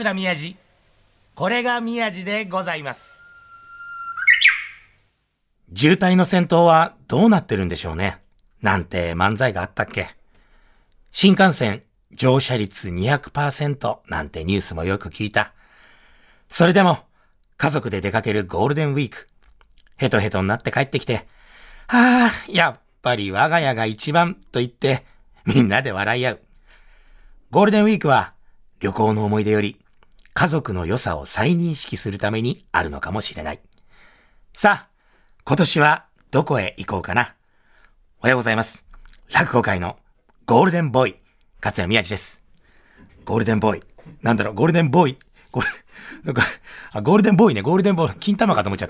桂宮治、これが宮治でございます。渋滞の先頭はどうなってるんでしょうね。なんて漫才があったっけ。新幹線乗車率 200% なんてニュースもよく聞いた。それでも家族で出かけるゴールデンウィーク、ヘトヘトになって帰ってきて、やっぱり我が家が一番と言ってみんなで笑い合う。ゴールデンウィークは旅行の思い出より家族の良さを再認識するためにあるのかもしれない。さあ、今年はどこへ行こうかな。おはようございます。落語界のゴールデンボーイ、桂宮治です。ゴールデンボーイ。なんだろう、ゴールデンボーイ。ゴールデンボーイね、ゴールデンボーイ。金玉かと思っちゃった。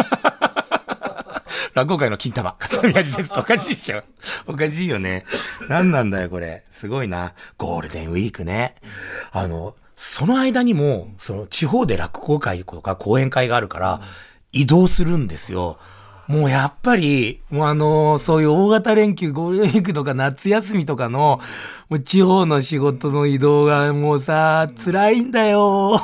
落語界の金玉、桂宮治です。おかしいでしょ。おかしいよね。なんなんだよ、これ。すごいな。ゴールデンウィークね。その間にも、地方で落語会とか講演会があるから、移動するんですよ。もうやっぱり、そういう大型連休、ゴールデンウィークとか夏休みとかの、もう地方の仕事の移動がもうさ、辛いんだよ。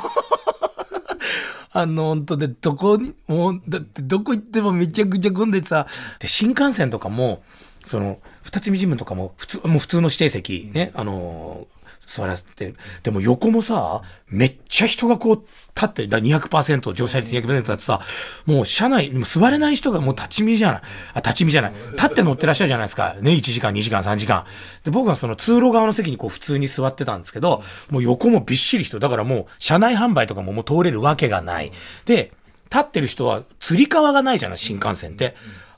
本当で、だってどこ行ってもめちゃくちゃ混んでてさ、で、新幹線とかも、二つ見新聞とかも普通の指定席ね、座らせて、でも横もさ、めっちゃ人がこう立ってる、200%、乗車率 200% だってさ、もう車内、座れない人がもう立ち見じゃない。立って乗ってらっしゃるじゃないですか。ね、1時間、2時間、3時間。で、僕はその通路側の席にこう普通に座ってたんですけど、もう横もびっしり人。だからもう、車内販売とかももう通れるわけがない。で、立ってる人は、つり革がないじゃない、新幹線って。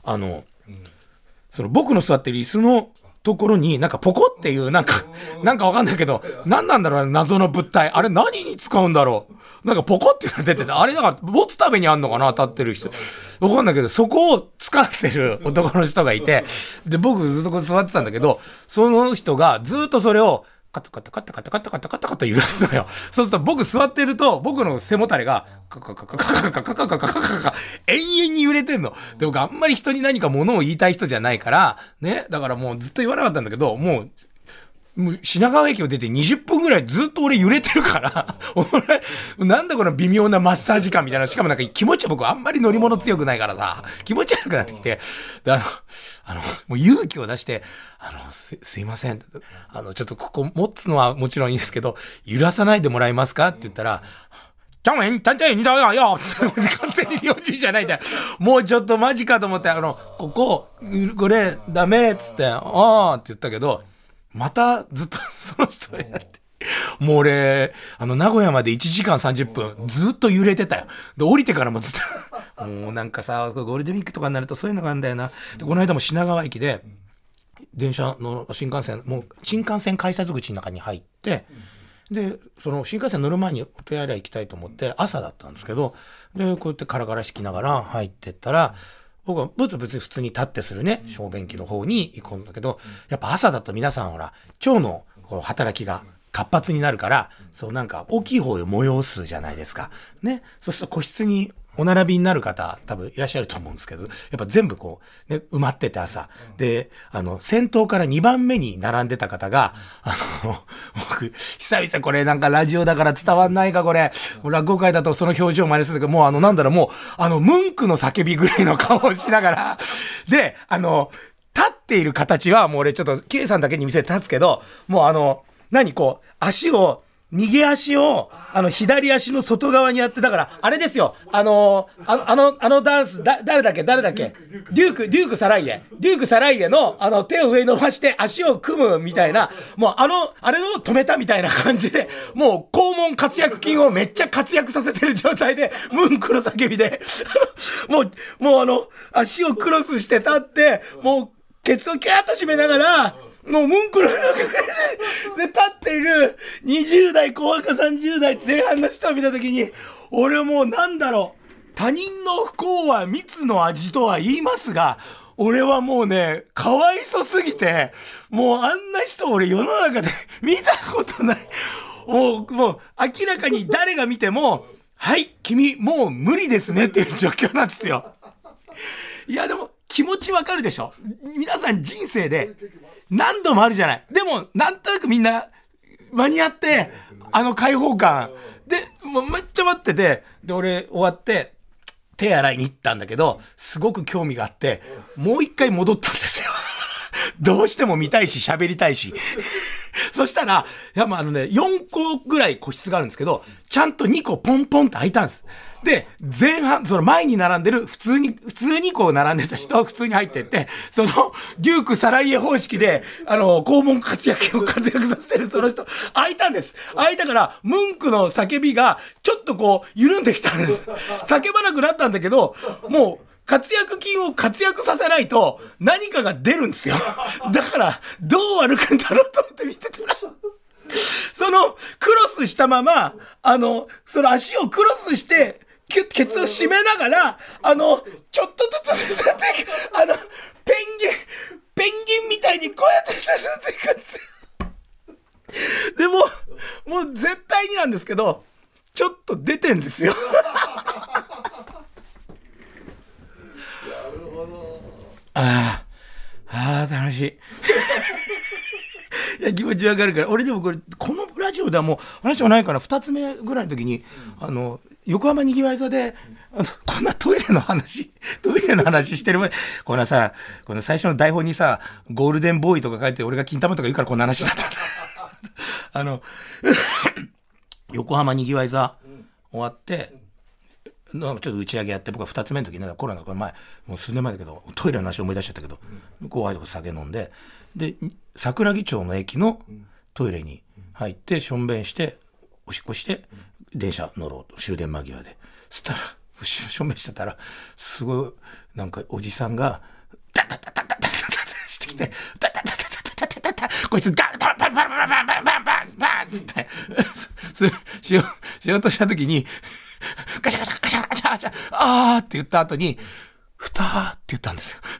僕の座ってる椅子のところになんかポコっていうなんかわかんないけど、何なんだろうね、謎の物体。あれ何に使うんだろう。なんかポコっていうのが出てて、あれだから持つためにあんのかな、立ってる人。わかんないけど、そこを使ってる男の人がいて、で、僕ずっとこう座ってたんだけど、その人がずっとそれを、カタカタ揺らすのよ。そうすると僕座ってると、僕の背もたれが、延々に揺れてんの。で、僕あんまり人に何か物を言いたい人じゃないから、ね。だからもうずっと言わなかったんだけど、もう品川駅を出て20分ぐらいずっと俺揺れてるから、なんだこの微妙なマッサージ感みたいな。しかもなんか気持ちは僕あんまり乗り物強くないからさ、気持ち悪くなってきて、でもう勇気を出して、すいません。ちょっとここ持つのはもちろんいいですけど、揺らさないでもらえますかって言ったら、完全に日本人じゃないんだよ。もうちょっとマジかと思って、これダメっつって、って言ったけど、またずっとその人やって。もう俺、名古屋まで1時間30分、ずっと揺れてたよ。で、降りてからもずっと、もうなんかさ、ゴールデンウィークとかになるとそういうのがあるんだよな。で、この間も品川駅で、電車の新幹線改札口の中に入って、で、その新幹線乗る前にお手洗い行きたいと思って、朝だったんですけど、で、こうやってカラカラしきながら入ってったら、僕は別に普通に立ってするね、小便器の方に行くんだけど、やっぱ朝だと皆さんほら、腸の働きが活発になるから、そうなんか大きい方を催すじゃないですか。ね。そうすると個室にお並びになる方多分いらっしゃると思うんですけど、やっぱ全部こう、ね、埋まってて朝。で、先頭から2番目に並んでた方が、僕、久々これなんかラジオだから伝わんないかこれ。落語会だとその表情真似するけど、もうムンクの叫びぐらいの顔をしながら、で、立っている形はもう俺ちょっと K さんだけに見せて立つけど、もう右足を、左足の外側にやって、だから、あれですよ、ダンス、誰だっけデュークサライエの、手を上に伸ばして足を組むみたいな、もうあれを止めたみたいな感じで、もう、肛門活躍筋をめっちゃ活躍させてる状態で、ムンクの叫びで、もう足をクロスして立って、もう、ケツをキャーッと締めながら、もうムンクの中で立っている20代後半か30代前半の人を見たときに、俺はもうなんだろう、他人の不幸は蜜の味とは言いますが、俺はもうね、かわいそすぎて、もうあんな人俺世の中で見たことない。もう明らかに誰が見ても、はい、君もう無理ですねっていう状況なんですよ。いやでも気持ちわかるでしょ。皆さん人生で何度もあるじゃない。でもなんとなくみんな間に合って、開放感もうめっちゃ待ってて、で、俺終わって、手洗いに行ったんだけど、すごく興味があって、もう一回戻ったんですよ。どうしても見たいし、喋りたいし。そしたら、4個ぐらい個室があるんですけど、ちゃんと2個ポンポンって開いたんです。で、前半、その前に並んでる、普通にこう並んでた人は普通に入ってって、その、デュークサライエ方式で、肛門活躍させてるその人、開いたんです。開いたから、ムンクの叫びが、ちょっとこう、緩んできたんです。叫ばなくなったんだけど、もう、活躍筋を活躍させないと何かが出るんですよ。だから、どう歩くんだろうと思って見てたら、その、クロスしたまま、その足をクロスして、ケツを締めながら、ちょっとずつ進んでいく、ペンギンみたいにこうやって進んでいくんですよ。でもう絶対になんですけど、ちょっと出てんですよ。ああ、楽しい。いや、気持ちわかるから。俺でもこのラジオではもう話はないから、2つ目ぐらいの時に、横浜にぎわい座で、こんなトイレの話してる前、この最初の台本にさ、ゴールデンボーイとか書いて、俺が金玉とか言うからこんな話だったんだ。横浜にぎわい座終わって、なんかちょっと打ち上げやって、僕は2つ目の時に、コロナの前、もう数年前だけど、トイレの話思い出しちゃったけど、後輩とか酒飲んで、で、桜木町の駅のトイレに入って、しょんべんして、おしっこして、電車乗ろうと、終電間際で。そしたら、しょんべんしてたら、すごい、なんかおじさんが、ダダダダダダダダしてきて、ダダダダダダダダダ、こいつガンバンバンバンバンバンバンバンバンバンつって、しようとした時に、ガシャガシャガシャガシャガシャ、あーって言った後に、ふたーって言ったんですよ。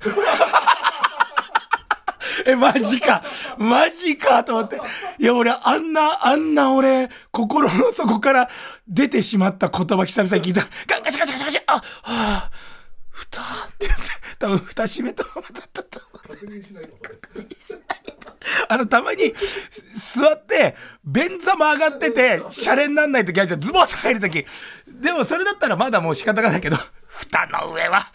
マジかと思って。いや、俺、あんな俺、心の底から出てしまった言葉久々に聞いた。ガシャガシャガシャガシャ、ふたーって言って、多分、ふた閉めたままだったと思う。確認しないと。たまに、座って、便座も上がってて、シャレになんないときあるじゃん。ズボンと入るとき。でも、それだったらまだもう仕方がないけど、蓋の上は。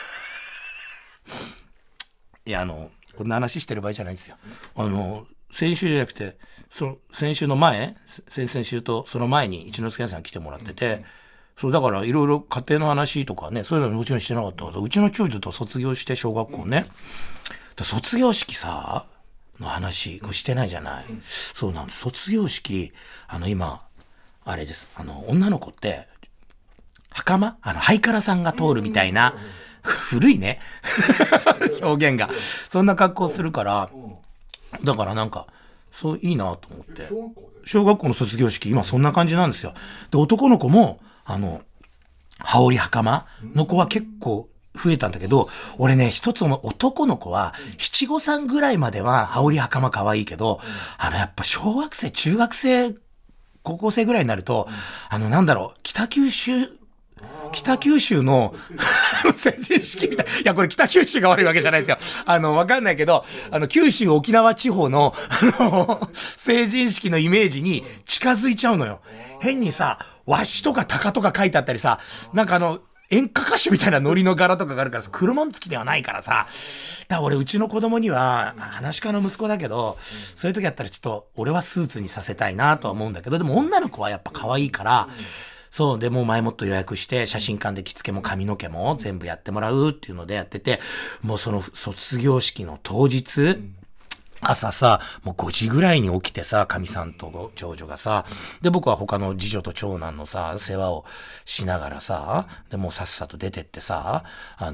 いや、こんな話してる場合じゃないんですよ。先週じゃなくて、先週の前、先々週とその前に一之輔さん来てもらってて、だからいろいろ家庭の話とかね、そういうのもちろんしてなかったから、うちの長女と卒業して小学校ね、卒業式さ、の話、これしてないじゃない。そうなんです。卒業式、今、あれです。女の子って、袴ハイカラさんが通るみたいな、古いね。表現が。そんな格好するから、だからなんか、そういいなと思って。小学校の卒業式、今そんな感じなんですよ。で、男の子も、羽織袴の子は結構増えたんだけど、俺ね、一つの男の子は、七五三ぐらいまでは羽織袴可愛いけど、やっぱ小学生、中学生、高校生ぐらいになると、北九州の成人式みたい。いや、これ北九州が悪いわけじゃないですよ。わかんないけど、九州沖縄地方の、成人式のイメージに近づいちゃうのよ。変にさ、和紙とか鷹とか書いてあったりさ、なんか演歌歌手みたいなノリの柄とかがあるからさ、黒紋付きではないからさ。だから俺、うちの子供には、話し家の息子だけど、そういう時やったらちょっと、俺はスーツにさせたいなとは思うんだけど、でも女の子はやっぱ可愛いから、そう、でもう前もっと予約して、写真館で着付けも髪の毛も全部やってもらうっていうのでやってて、もうその卒業式の当日、朝さ、もう5時ぐらいに起きてさ、神さんと長女がさ、で、僕は他の次女と長男のさ、世話をしながらさ、で、もうさっさと出てってさ、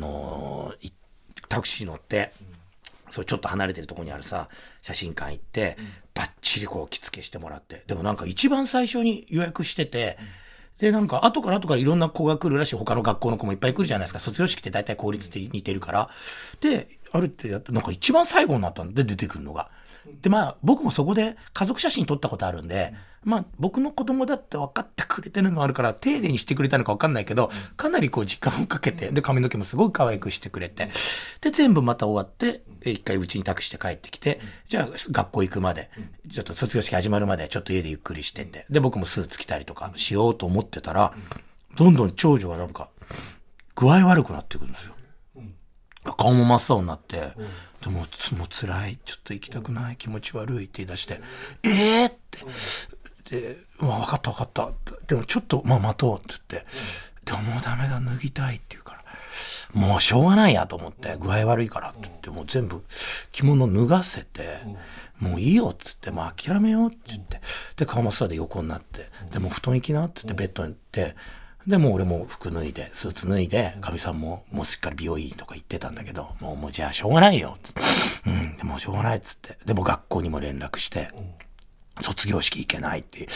タクシー乗って、そう、ちょっと離れてるところにあるさ、写真館行って、バッチリこう着付けしてもらって、でもなんか一番最初に予約してて、で、なんか、後からいろんな子が来るらしい。他の学校の子もいっぱい来るじゃないですか。卒業式って大体公立って似てるから。で、あるってやって、なんか一番最後になったんで、出てくるのが。 で、まあ、僕もそこで家族写真撮ったことあるんで、まあ、僕の子供だって分かってくれてるのもあるから、丁寧にしてくれたのか分かんないけど、かなりこう時間をかけて、で、髪の毛もすごい可愛くしてくれて、で、全部また終わって、一回家に託して帰ってきて、じゃあ学校行くまで、ちょっと卒業式始まるまでちょっと家でゆっくりしてて、で、僕もスーツ着たりとかしようと思ってたら、どんどん長女がなんか、具合悪くなってくるんですよ。顔も真っ青になって、でもう辛い、ちょっと行きたくない、気持ち悪いって言い出して、って、で、分かった分かった。でもちょっと、まあ待とうって言って、でももうダメだ、脱ぎたいって言うから、もうしょうがないやと思って、具合悪いからって言って、もう全部着物脱がせて、もういいよって言って、もう諦めようって言って、で、顔真っ青で横になって、で、もう布団行きなって言ってベッドに行って、で、もう俺も服脱いで、スーツ脱いで、かみさんももうしっかり美容院とか行ってたんだけど、もうじゃあしょうがないよ、つって。でもしょうがないっつって。でも学校にも連絡して、卒業式行けないっていう、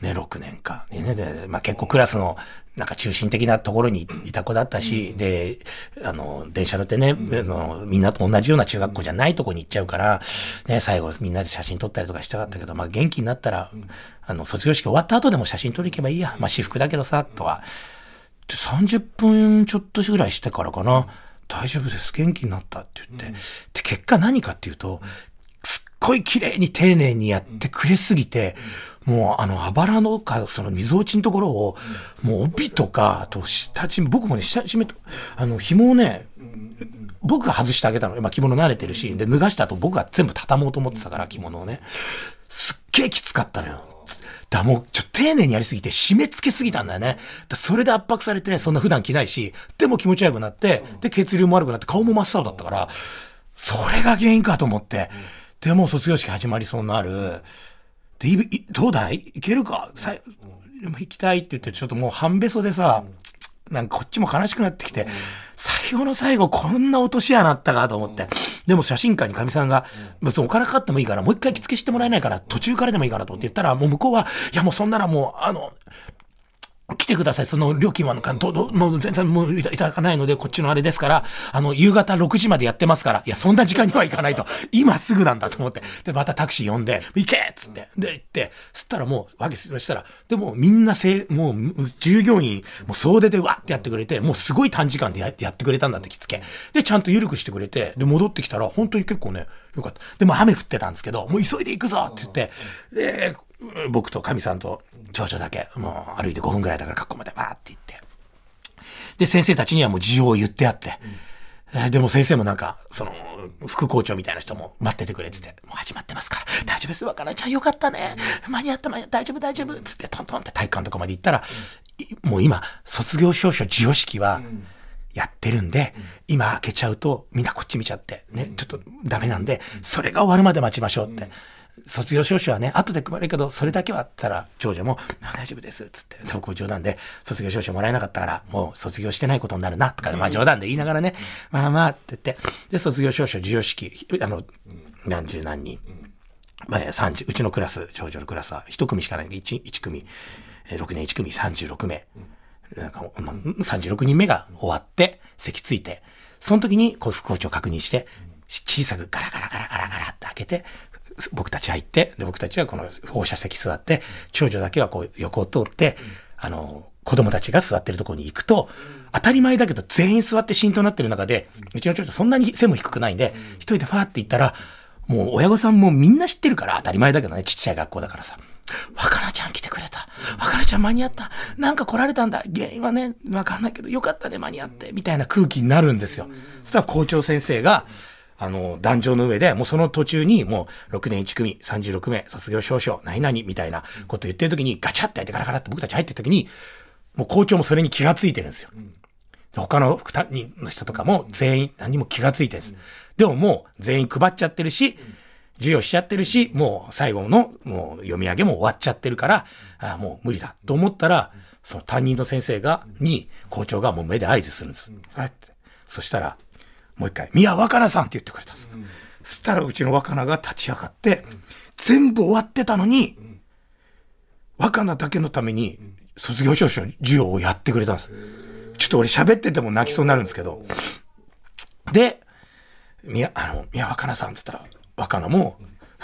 ね、6年間。ね、で、まあ結構クラスの、なんか中心的なところにいた子だったし、で、電車乗ってね、みんなと同じような中学校じゃないとこに行っちゃうから、ね、最後みんなで写真撮ったりとかしたかったけど、まあ元気になったら、卒業式終わった後でも写真撮り行けばいいや。まあ私服だけどさ、とは。で、30分ちょっとぐらいしてからかな、大丈夫です、元気になったって言って。で、結果何かっていうと、すっごい綺麗に丁寧にやってくれすぎて、もうあばらのか、その溝落ちのところを、もう帯とか、あと下地、僕もね、下地と、紐をね、僕が外してあげたの。まあ着物慣れてるし、で、脱がした後僕が全部畳もうと思ってたから、着物をね。すっげえきつかったのよ。もう、丁寧にやりすぎて締め付けすぎたんだよね。それで圧迫されて、そんな普段着ないし、でも気持ち悪くなって、で、血流も悪くなって、顔も真っ青だったから、それが原因かと思って、でも卒業式始まりそうになる。で、どうだいいけるか行きたいって言って、ちょっともう半べそでさ、なんかこっちも悲しくなってきて、最後の最後こんな落とし穴あったかと思って。でも写真館にかみさんが、別にお金かかってもいいから、もう一回着付けしてもらえないから、途中からでもいいからとって言ったら、もう向こうは、いやもうそんならもう、来てください。その料金はもう全然もういただかないので、こっちのあれですから、夕方6時までやってますから、いや、そんな時間には行かないと。今すぐなんだと思って。で、またタクシー呼んで、行けっつって。で、行って、そしたらもう、そしたら、でもみんなもう、従業員、もう総出でわってやってくれて、もうすごい短時間でやってくれたんだって着付け。で、ちゃんと緩くしてくれて、で、戻ってきたら、本当に結構ね、よかった。でも雨降ってたんですけど、もう急いで行くぞって言って、で、僕とかみさんと長女だけ、もう歩いて5分ぐらいだから学校までバーって行って。で、先生たちにはもう事情を言ってあって。でも先生もなんか、副校長みたいな人も待っててくれてて、もう始まってますから、大丈夫です、わからんちゃんよかったね。間に合った、大丈夫、つってトントンって体育館のとこまで行ったら、もう今、卒業証書授与式は、やってるんで、今開けちゃうと、みんなこっち見ちゃって、ね、ちょっとダメなんで、それが終わるまで待ちましょうって。卒業証書はね、後で配るけど、それだけはあったら、長女も、大丈夫です、つって、でも冗談で、卒業証書もらえなかったから、もう卒業してないことになるな、とか、まあ冗談で言いながらね、まあって言って、で、卒業証書授与式、何十何人、30、うちのクラス、長女のクラスは1組しかないんで、1組、6年1組36名、なんか、36人目が終わって、席ついて、その時に、こう副校長確認して、小さくガラガラって開けて、僕たち入って、で、僕たちはこの放射席座って、長女だけはこう横を通って、子供たちが座ってるところに行くと、当たり前だけど全員座って浸透になってる中で、うちの長女そんなに背も低くないんで、一人でファーって行ったら、もう親御さんもみんな知ってるから当たり前だけどね、ちっちゃい学校だからさ。若菜ちゃん来てくれた。若菜ちゃん間に合った。なんか来られたんだ。原因はね、わかんないけど、よかったね、間に合って。みたいな空気になるんですよ。そしたら校長先生が、壇上の上で、もうその途中に、もう6年1組、36名、卒業証書、何々、みたいなこと言ってる時に、ガチャって開いてガラガラって僕たち入ってる時に、もう校長もそれに気がついてるんですよ。他の2人の人とかも全員何も気がついてるんです。でももう全員配っちゃってるし、授与しちゃってるし、もう最後のもう読み上げも終わっちゃってるから、もう無理だと思ったら、その担任の先生校長がもう目で合図するんです。そしたら、もう一回、宮若菜さんって言ってくれたんです。そしたらうちの若菜が立ち上がって、全部終わってたのに、若菜だけのために卒業証書授与をやってくれたんです。ちょっと俺喋ってても泣きそうになるんですけど。で、宮若菜さんって言ったら、若菜も、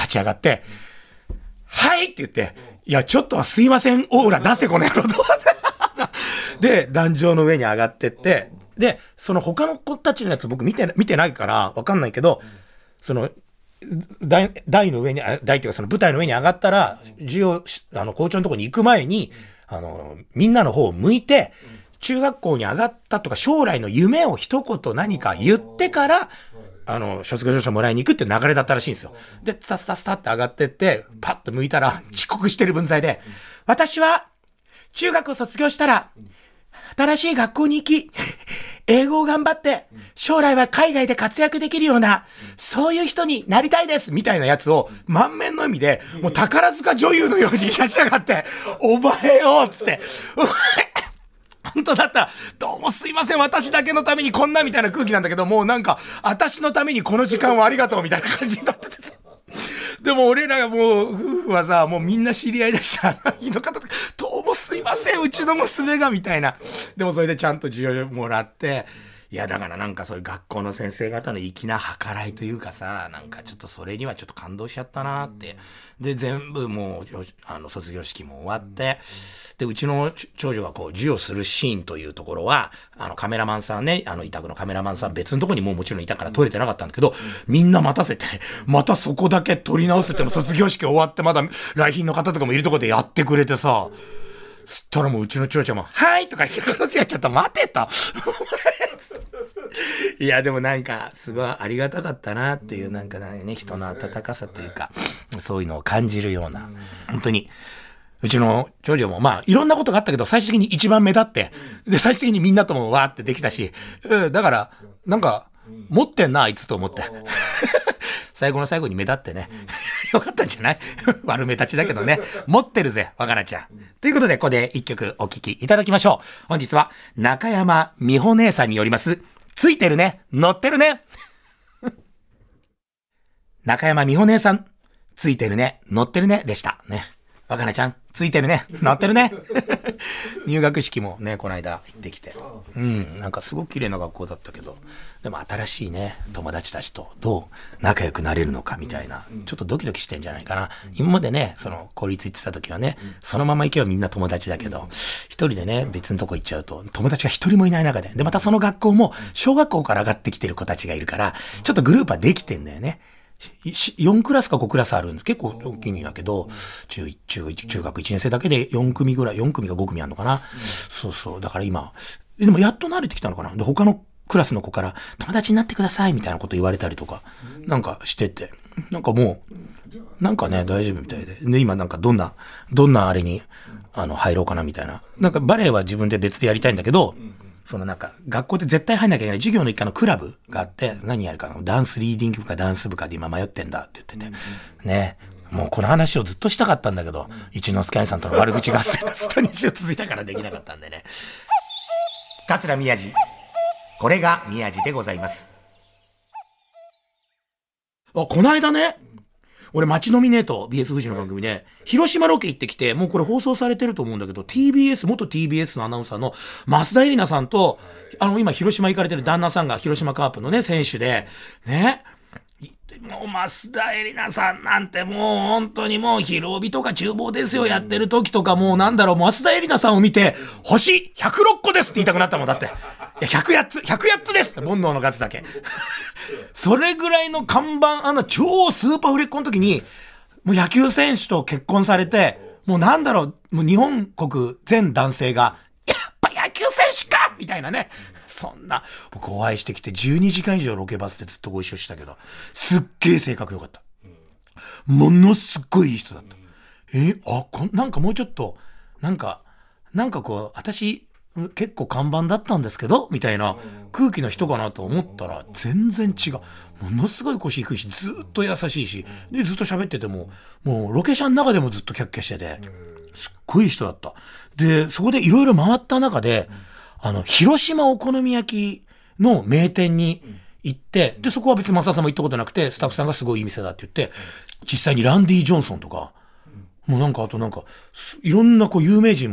立ち上がって、はいって言って、いや、ちょっとはすいません、オーラ出せ、この野郎と。で、壇上の上に上がってって、で、その他の子たちのやつ僕見てないからわかんないけど、その、台の上に、台っていうかその舞台の上に上がったら、校長のところに行く前に、みんなの方を向いて、中学校に上がったとか将来の夢を一言何か言ってから、卒業証書もらいに行くっていう流れだったらしいんですよ。で、スタスタって上がってって、パッと向いたら、遅刻してる分際で、私は、中学を卒業したら、新しい学校に行き、英語を頑張って、将来は海外で活躍できるような、そういう人になりたいですみたいなやつを、満面の意味で、もう宝塚女優のように立ち上がって、お前よつって、本当だったら、どうもすいません、私だけのためにこんなみたいな空気なんだけど、もうなんか、私のためにこの時間をありがとうみたいな感じになっててさ。でも俺らがもう、夫婦はさ、もうみんな知り合いだしさ、いの方とか、どうもすいません、うちの娘がみたいな。でもそれでちゃんと授業もらって、いやだからなんかそういう学校の先生方の粋な計らいというかさ、なんかちょっとそれにはちょっと感動しちゃったなって。で、全部もう、卒業式も終わって、で、うちの長女がこう、授与するシーンというところは、カメラマンさんね、委託のカメラマンさん別のところにもちろんいたから撮れてなかったんだけど、みんな待たせて、またそこだけ撮り直すっても卒業式終わってまだ来賓の方とかもいるところでやってくれてさ、そしたらもううちの長女も、はいとか言って、やっちゃった待てと。いや、でもなんか、すごいありがたかったなっていう、なんかね、人の温かさというか、そういうのを感じるような、本当に、うちの長女もまあ、いろんなことがあったけど、最終的に一番目立って、で、最終的にみんなともわーってできたし、だから、なんか、持ってんな、あいつと思って。最後の最後に目立ってね。よかったんじゃない悪目立ちだけどね。持ってるぜ、若菜ちゃん。ということで、ここで一曲お聴きいただきましょう。本日は、中山美穂姉さんによります、ついてるね、乗ってるね。中山美穂姉さん、ついてるね、乗ってるね、でした。ね。若菜ちゃん、ついてるね、乗ってるね。入学式もね、この間行ってきて。なんかすごく綺麗な学校だったけど、でも新しいね、友達たちとどう仲良くなれるのかみたいな、ちょっとドキドキしてんじゃないかな。今までね、公立行ってた時はね、そのまま行けばみんな友達だけど、一人でね、別のとこ行っちゃうと、友達が一人もいない中で、で、またその学校も、小学校から上がってきてる子たちがいるから、ちょっとグループはできてんだよね。4クラスか5クラスあるんです。結構大きいんだけど、中学1年生だけで4組か5組あるのかな。そうそう。だから今、でもやっと慣れてきたのかな。で、他のクラスの子から友達になってくださいみたいなこと言われたりとか、なんかしてて、なんかもう、なんかね、大丈夫みたいで。で、今なんかどんなあれに、入ろうかなみたいな。なんかバレエは自分で別でやりたいんだけど、なんか、学校で絶対入んなきゃいけない授業の一環のクラブがあって、何やるかな、ダンスリーディング部かダンス部かで今迷ってんだって言ってて、ね。もうこの話をずっとしたかったんだけど、一之輔兄さんとの悪口合戦がずっと2週続いたからできなかったんでね。桂宮治。これが宮治でございます。この間ね、俺、街ノミネート、BS 富士の番組で、広島ロケ行ってきて、もうこれ放送されてると思うんだけど、元 TBS のアナウンサーの増田絵里奈さんと、今、広島行かれてる旦那さんが広島カープのね、選手で、ね、もう増田絵里奈さんなんてもう本当にもう広帯とか厨房ですよやってる時とかもうなんだろう、増田絵里奈さんを見て、星106個ですって言いたくなったもんだって。いや、108つです煩悩の数だけ。それぐらいの看板、超スーパー売れっ子の時に、もう野球選手と結婚されて、もうなんだろう、もう日本国全男性が、やっぱ野球選手かみたいなね。そんな、僕お会いしてきて12時間以上ロケバスでずっとご一緒したけど、すっげえ性格良かった。ものすっごいいい人だった。なんかもうちょっと、なんかこう、私、結構看板だったんですけどみたいな空気の人かなと思ったら全然違う。ものすごい腰低いし、ずっと優しいし、でずっと喋ってても、もうロケ車の中でもずっとキャッキャしてて、すっごいいい人だった。で、そこでいろいろ回った中で、広島お好み焼きの名店に行って、で、そこは別に増田さんも行ったことなくて、スタッフさんがすごいいい店だって言って、実際にランディ・ジョンソンとか、もうなんかあとなんか、いろんなこう有名人も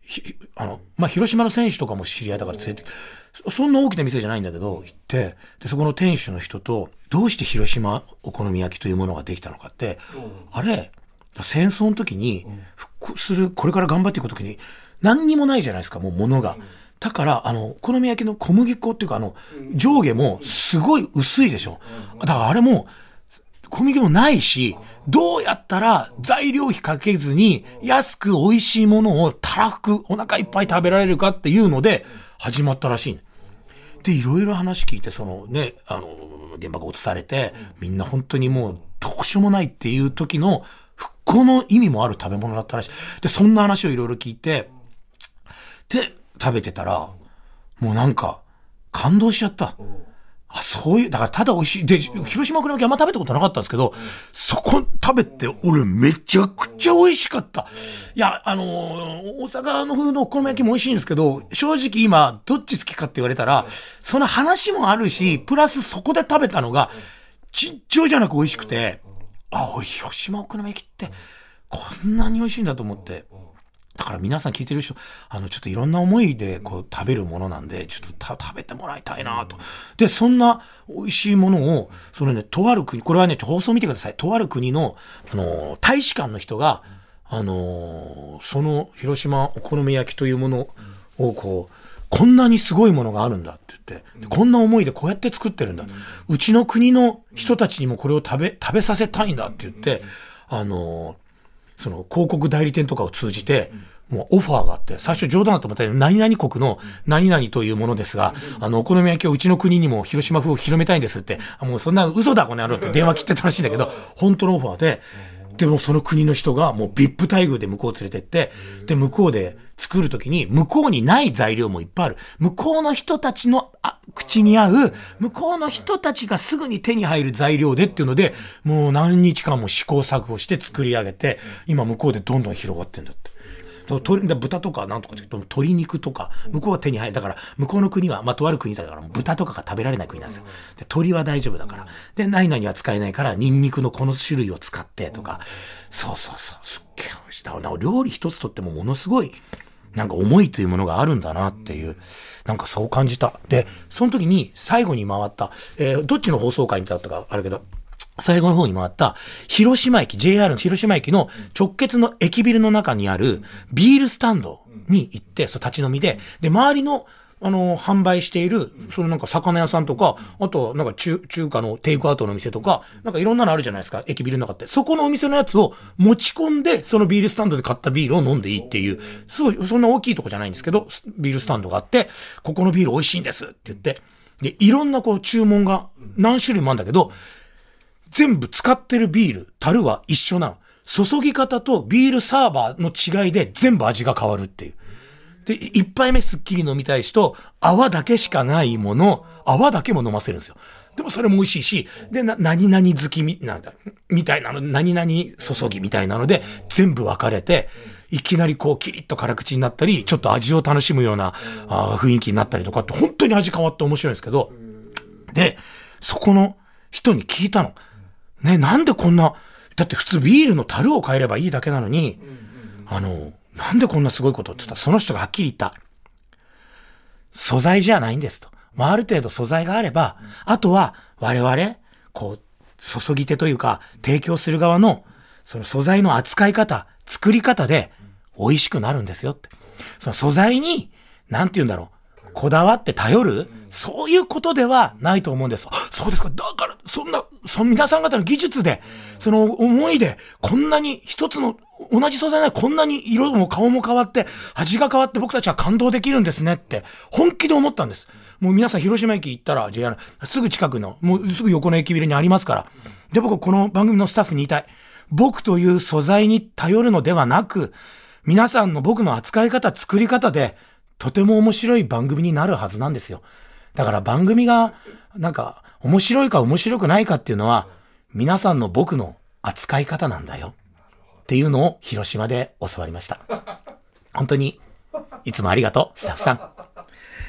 広島の選手とかも知り合いだから連れて、そんな大きな店じゃないんだけど、行って、で、そこの店主の人と、どうして広島お好み焼きというものができたのかって、あれ、戦争の時に、復興する、これから頑張っていく時に、何にもないじゃないですか、もう物が。だから、お好み焼きの小麦粉っていうか、上下もすごい薄いでしょ。だからあれも、小麦もないし、どうやったら材料費かけずに安く美味しいものをたらふくお腹いっぱい食べられるかっていうので始まったらしい。で、いろいろ話聞いて、そのね、原爆落とされて、みんな本当にもうどうしようもないっていう時の復興の意味もある食べ物だったらしい。で、そんな話をいろいろ聞いて、で、食べてたら、もうなんか感動しちゃった。そういう、だからただ美味しい。で、広島お好み焼きあんま食べたことなかったんですけど、そこ食べて、俺めちゃくちゃ美味しかった。いや、大阪の風のお好み焼きも美味しいんですけど、正直今、どっち好きかって言われたら、その話もあるし、プラスそこで食べたのが、ちっちゃいじゃなく美味しくて、俺広島お好み焼きって、こんなに美味しいんだと思って、だから皆さん聞いてる人、ちょっといろんな思いでこう食べるものなんで、ちょっと食べてもらいたいなと。で、そんな美味しいものを、そのね、とある国、これはね、放送見てください。とある国の、大使館の人が、その広島お好み焼きというものをこんなにすごいものがあるんだって言って、でこんな思いでこうやって作ってるんだ。うちの国の人たちにもこれを食べさせたいんだって言って、その広告代理店とかを通じて、もうオファーがあって、最初冗談だと思ったら、何々国の何々というものですが、お好み焼きをうちの国にも広島風を広めたいんですって、もうそんな嘘だこの野郎って電話切ってたらしいんだけど、本当のオファーで、でもその国の人がもうVIP待遇で向こう連れてって、で、向こうで作るときに、向こうにない材料もいっぱいある。向こうの人たちの口に合う、向こうの人たちがすぐに手に入る材料でっていうので、もう何日間も試行錯誤して作り上げて、今向こうでどんどん広がってんだって。豚とかなんとか鶏肉とか、向こうは手に入る。だから、向こうの国は、とある国だから、豚とかが食べられない国なんですよ。で、鳥は大丈夫だから。で、何々は使えないから、ニンニクのこの種類を使ってとか。そう、すっげえ美味しい。だから料理一つとってもものすごい、なんか思いというものがあるんだなっていう、なんかそう感じた。で、その時に最後に回った、どっちの放送回にだったかあるけど、最後の方に回った、広島駅、JR の広島駅の直結の駅ビルの中にあるビールスタンドに行って、立ち飲みで、で、周りの、販売している、そのなんか魚屋さんとか、あとなんか中華のテイクアウトの店とか、なんかいろんなのあるじゃないですか、駅ビルの中って。そこのお店のやつを持ち込んで、そのビールスタンドで買ったビールを飲んでいいっていう、すごい、そんな大きいとこじゃないんですけど、ビールスタンドがあって、ここのビール美味しいんですって言って、で、いろんな注文が何種類もあるんだけど、全部使ってるビール、樽は一緒なの。注ぎ方とビールサーバーの違いで全部味が変わるっていう。で、一杯目すっきり飲みたい人、泡だけしかないもの、泡だけも飲ませるんですよ。でもそれも美味しいし、で、何々好きみたいなの、何々注ぎみたいなので、全部分かれて、いきなりキリッと辛口になったり、ちょっと味を楽しむような雰囲気になったりとかって、本当に味変わって面白いんですけど、で、そこの人に聞いたの。ね、なんでこんな、だって普通ビールの樽を変えればいいだけなのに、なんでこんなすごいことって言ったら、その人がはっきり言った。素材じゃないんですと。ある程度素材があれば、あとは我々、注ぎ手というか、提供する側の、その素材の扱い方、作り方で美味しくなるんですよって。その素材に、なんて言うんだろう。こだわって頼るそういうことではないと思うんです。そうですか。だから、皆さん方の技術で、その思いで、こんなに一つの、同じ素材なこんなに色も顔も変わって、味が変わって僕たちは感動できるんですねって、本気で思ったんです。もう皆さん広島駅行ったら、JR、すぐ近くの、もうすぐ横の駅ビルにありますから。で、僕この番組のスタッフに言いたい。僕という素材に頼るのではなく、皆さんの僕の扱い方、作り方で、とても面白い番組になるはずなんですよ。だから番組が、なんか、面白いか面白くないかっていうのは、皆さんの僕の扱い方なんだよ。っていうのを広島で教わりました。本当に、いつもありがとう、スタッフさん。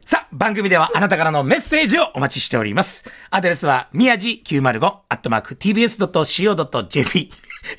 さあ、番組ではあなたからのメッセージをお待ちしております。アドレスは、宮地 905-tbs.co.jp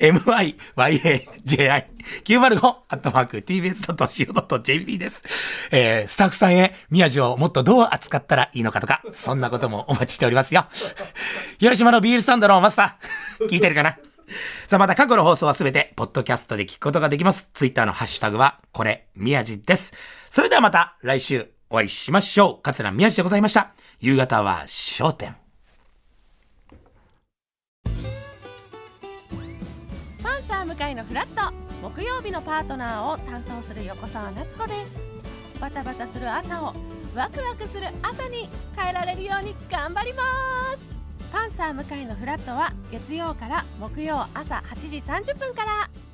myyaji905-tbs.co.jp です。スタッフさんへ宮地をもっとどう扱ったらいいのかとか、そんなこともお待ちしておりますよ。広島のビールサンドのマスター、聞いてるかな？さあ、また過去の放送はすべて、ポッドキャストで聞くことができます。ツイッターのハッシュタグは、これ、宮地です。それではまた来週お会いしましょう。桂宮治でございました。夕方は笑点。 パンサー向かいのフラット、木曜日のパートナーを担当する横澤夏子です。バタバタする朝をワクワクする朝に変えられるように頑張ります。パンサー向かいのフラットは月曜から木曜朝8時30分から。